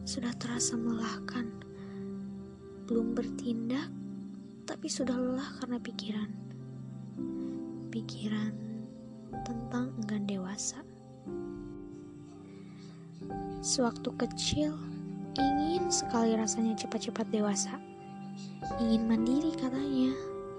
sudah terasa melelahkan. Belum bertindak, tapi sudah lelah karena pikiran. Pikiran tentang enggan dewasa. Sewaktu kecil, ingin sekali rasanya cepat-cepat dewasa. Ingin mandiri katanya.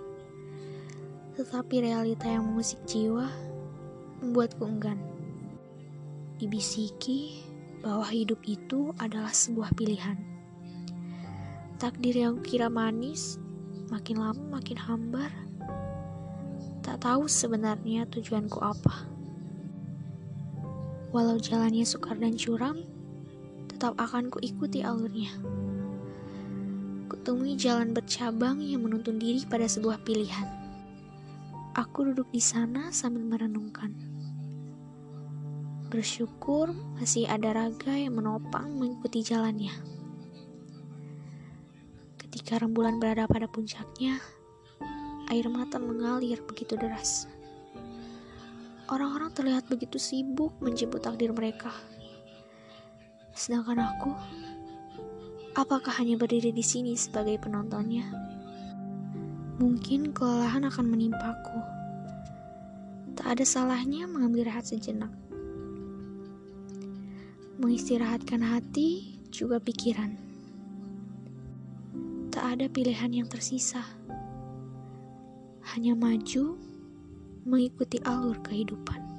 Tetapi realita yang mengusik jiwa membuatku enggan. Dibisiki bahwa hidup itu adalah sebuah pilihan. Takdir yang kira manis, makin lama makin hambar. Tak tahu sebenarnya tujuanku apa. Walau jalannya sukar dan curam, tetap akan kuikuti alurnya. Kutemui jalan bercabang yang menuntun diri pada sebuah pilihan. Aku duduk di sana sambil merenungkan. Bersyukur masih ada raga yang menopang mengikuti jalannya. Ketika rembulan berada pada puncaknya, air mata mengalir begitu deras. Orang-orang terlihat begitu sibuk menjemput takdir mereka. Sedangkan aku, apakah hanya berdiri di sini sebagai penontonnya? Mungkin kelelahan akan menimpaku. Tak ada salahnya mengambil rehat sejenak. Mengistirahatkan hati juga pikiran. Tak ada pilihan yang tersisa. Hanya maju mengikuti alur kehidupan.